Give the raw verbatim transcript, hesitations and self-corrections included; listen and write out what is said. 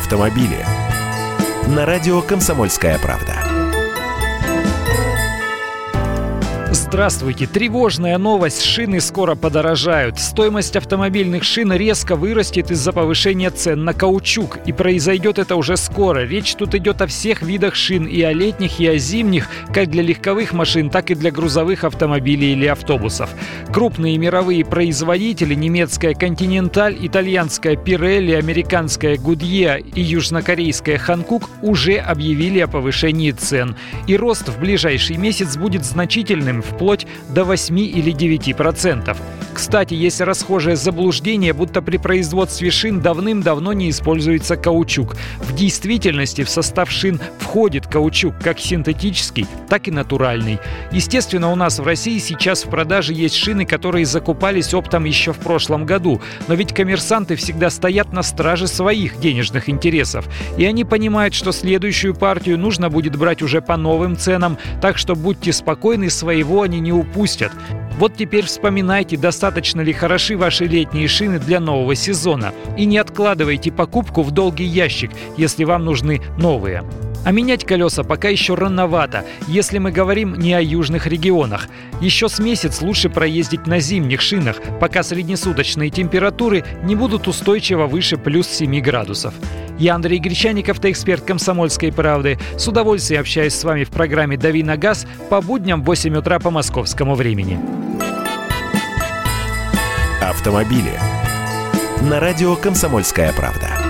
автомобили. На радио «Комсомольская правда». Здравствуйте! Тревожная новость. Шины скоро подорожают. Стоимость автомобильных шин резко вырастет из-за повышения цен на каучук. И произойдет это уже скоро. Речь тут идет о всех видах шин, и о летних, и о зимних, как для легковых машин, так и для грузовых автомобилей или автобусов. Крупные мировые производители, немецкая Continental, итальянская Pirelli, американская Goodyear и южнокорейская Hankook уже объявили о повышении цен. И рост в ближайший месяц будет значительным, вплоть до восьми или девяти процентов. Кстати, есть расхожее заблуждение, будто при производстве шин давным-давно не используется каучук. В действительности в состав шин входит каучук как синтетический, так и натуральный. Естественно, у нас в России сейчас в продаже есть шины, которые закупались оптом еще в прошлом году. Но ведь коммерсанты всегда стоят на страже своих денежных интересов. И они понимают, что следующую партию нужно будет брать уже по новым ценам, так что будьте спокойны, своего они не упустят. Вот теперь вспоминайте, достаточно ли хороши ваши летние шины для нового сезона. И не откладывайте покупку в долгий ящик, если вам нужны новые. А менять колеса пока еще рановато, если мы говорим не о южных регионах. Еще с месяц лучше проездить на зимних шинах, пока среднесуточные температуры не будут устойчиво выше плюс семи градусов. Я Андрей Гречанников, эксперт «Комсомольской правды». С удовольствием общаюсь с вами в программе «Дави на газ» по будням в восемь утра по московскому времени. Автомобили. На радио «Комсомольская правда».